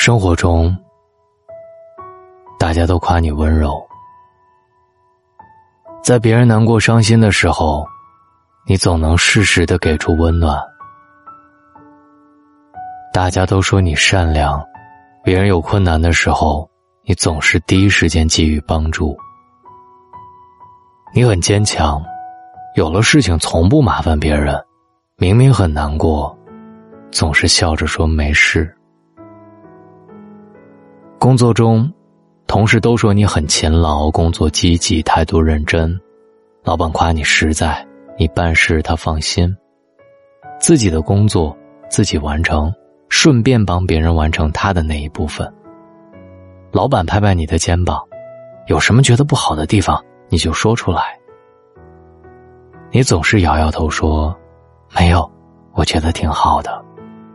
生活中，大家都夸你温柔，在别人难过伤心的时候，你总能适时地给出温暖。大家都说你善良，别人有困难的时候，你总是第一时间给予帮助。你很坚强，有了事情从不麻烦别人，明明很难过，总是笑着说没事。工作中，同事都说你很勤劳，工作积极，态度认真，老板夸你实在，你办事他放心。自己的工作自己完成，顺便帮别人完成他的那一部分。老板拍拍你的肩膀，有什么觉得不好的地方你就说出来。你总是摇摇头说没有，我觉得挺好的。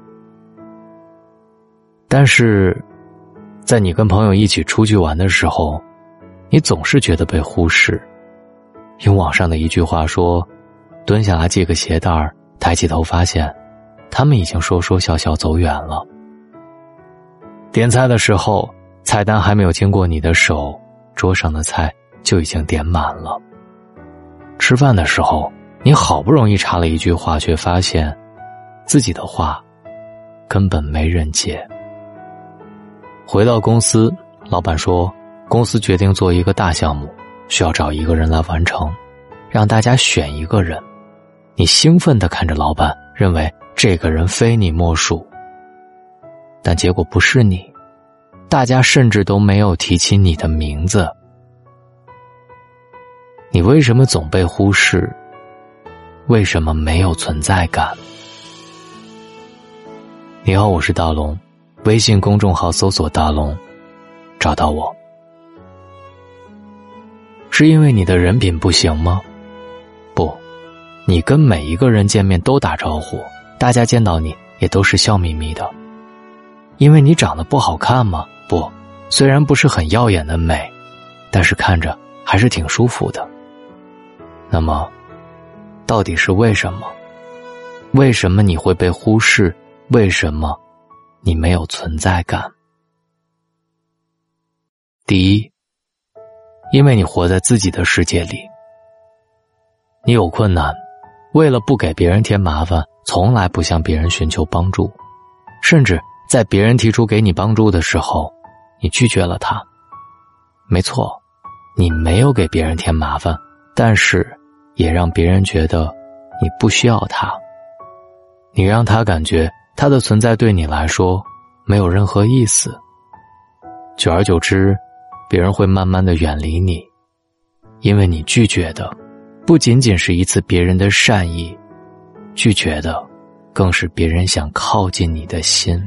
但是在你跟朋友一起出去玩的时候，你总是觉得被忽视。用网上的一句话说，蹲下来系个鞋带儿，抬起头发现他们已经说说笑笑走远了。点菜的时候，菜单还没有经过你的手，桌上的菜就已经点满了。吃饭的时候，你好不容易插了一句话，却发现自己的话根本没人接。回到公司，老板说公司决定做一个大项目，需要找一个人来完成，让大家选一个人。你兴奋地看着老板，认为这个人非你莫属。但结果不是你，大家甚至都没有提起你的名字。你为什么总被忽视？为什么没有存在感？你好，我是大龙，微信公众号搜索大龙，找到我。是因为你的人品不行吗？不，你跟每一个人见面都打招呼，大家见到你也都是笑眯眯的。因为你长得不好看吗？不，虽然不是很耀眼的美，但是看着还是挺舒服的。那么到底是为什么？为什么你会被忽视？为什么你没有存在感？第一，因为你活在自己的世界里。你有困难，为了不给别人添麻烦，从来不向别人寻求帮助，甚至在别人提出给你帮助的时候，你拒绝了他。没错，你没有给别人添麻烦，但是也让别人觉得你不需要他。你让他感觉他的存在对你来说没有任何意思。久而久之，别人会慢慢地远离你，因为你拒绝的不仅仅是一次别人的善意，拒绝的更是别人想靠近你的心。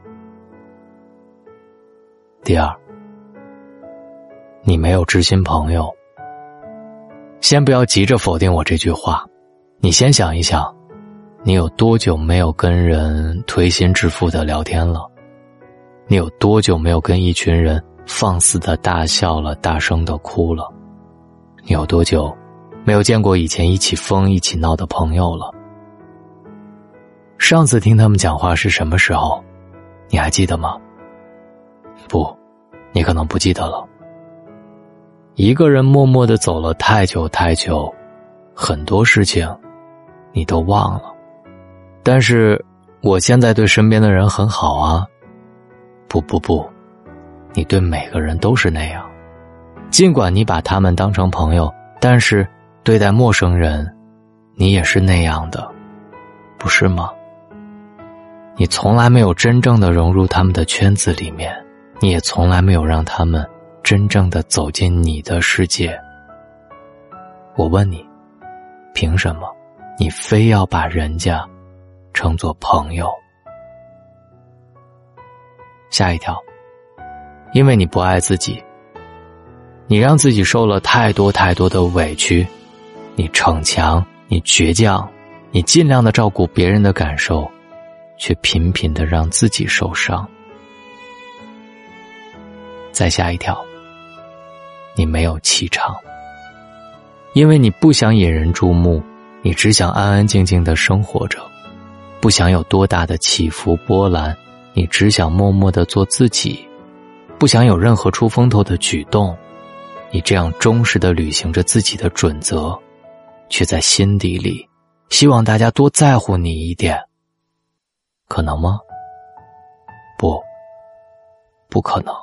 第二，你没有知心朋友。先不要急着否定我这句话，你先想一想，你有多久没有跟人推心置腹的聊天了？你有多久没有跟一群人放肆的大笑了，大声的哭了？你有多久没有见过以前一起疯一起闹的朋友了？上次听他们讲话是什么时候？你还记得吗？不，你可能不记得了。一个人默默地走了太久太久，很多事情你都忘了。但是我现在对身边的人很好啊。不，你对每个人都是那样。尽管你把他们当成朋友，但是对待陌生人，你也是那样的，不是吗？你从来没有真正的融入他们的圈子里面，你也从来没有让他们真正的走进你的世界。我问你，凭什么你非要把人家称作朋友？下一条，因为你不爱自己。你让自己受了太多太多的委屈，你逞强，你倔强，你尽量的照顾别人的感受，却频频的让自己受伤。再下一条，你没有气场。因为你不想引人注目，你只想安安静静的生活着，不想有多大的起伏波澜， 你只想默默地做自己，不想有任何出风头的举动，你这样忠实地履行着自己的准则，却在心底里希望大家多在乎你一点，可能吗？不可能。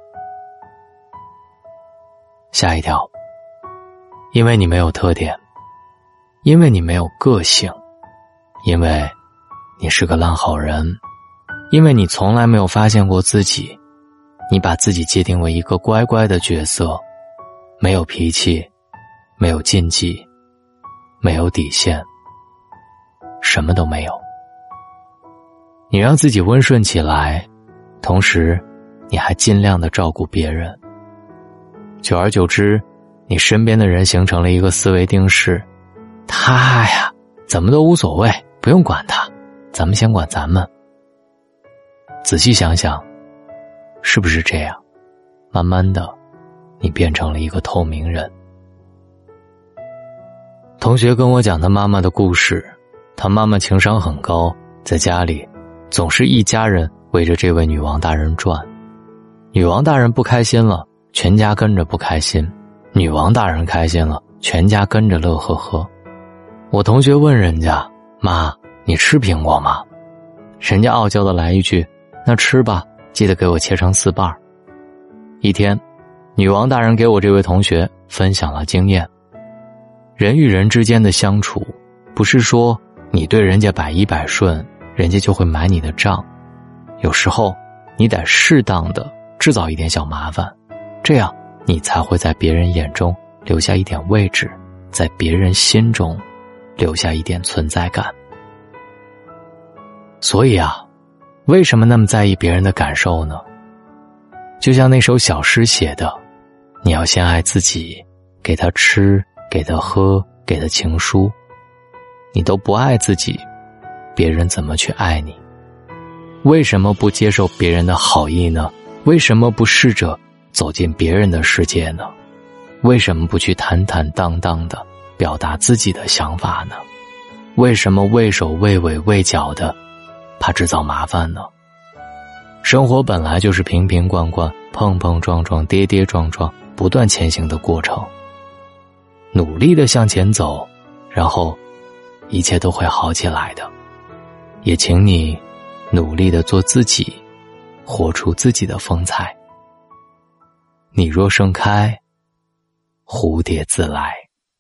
下一条，因为你没有特点，因为你没有个性，因为你是个烂好人，因为你从来没有发现过自己，你把自己界定为一个乖乖的角色，没有脾气，没有禁忌，没有底线，什么都没有。你让自己温顺起来，同时你还尽量地照顾别人。久而久之，你身边的人形成了一个思维定式，他呀怎么都无所谓，不用管他，咱们先管咱们。仔细想想，是不是这样？慢慢的，你变成了一个透明人。同学跟我讲他妈妈的故事，他妈妈情商很高，在家里总是一家人围着这位女王大人转，女王大人不开心了，全家跟着不开心，女王大人开心了，全家跟着乐呵呵。我同学问人家，妈，你吃苹果吗？人家傲娇的来一句，那吃吧，记得给我切成4瓣。一天，女王大人给我这位同学分享了经验，人与人之间的相处，不是说你对人家百依百顺，人家就会买你的账，有时候你得适当的制造一点小麻烦，这样你才会在别人眼中留下一点位置，在别人心中留下一点存在感。所以啊，为什么那么在意别人的感受呢？就像那首小诗写的，你要先爱自己，给他吃，给他喝，给他情书。你都不爱自己，别人怎么去爱你？为什么不接受别人的好意呢？为什么不试着走进别人的世界呢？为什么不去坦坦荡荡地表达自己的想法呢？为什么畏首畏尾畏脚的，怕制造麻烦呢？生活本来就是瓶瓶罐罐，碰碰撞撞，跌跌撞撞，不断前行的过程。努力地向前走，然后一切都会好起来的。也请你努力地做自己，活出自己的风采。你若盛开，蝴蝶自来。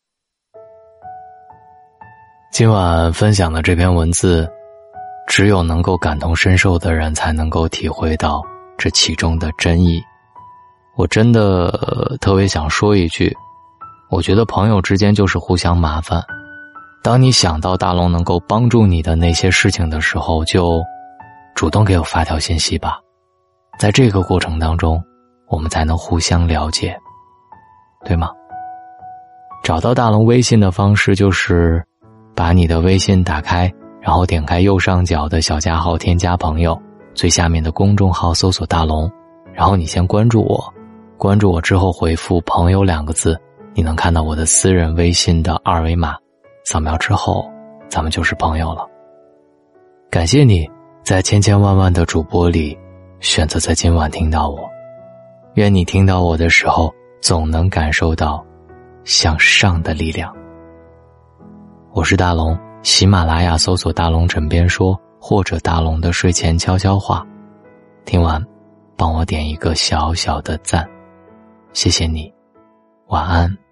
今晚分享的这篇文字，只有能够感同身受的人才能够体会到这其中的真意。我真的特别想说一句，我觉得朋友之间就是互相麻烦。当你想到大龙能够帮助你的那些事情的时候，就主动给我发条信息吧。在这个过程当中，我们才能互相了解，对吗？找到大龙微信的方式就是把你的微信打开，然后点开右上角的小加号添加朋友，最下面的公众号搜索大龙，然后你先关注我，关注我之后回复朋友2个字，你能看到我的私人微信的2维码，扫描之后咱们就是朋友了。感谢你在千千万万的主播里选择在今晚听到我，愿你听到我的时候总能感受到向上的力量。我是大龙，喜马拉雅搜索大龙枕边说，或者大龙的睡前悄悄话，听完帮我点一个小小的赞，谢谢你，晚安。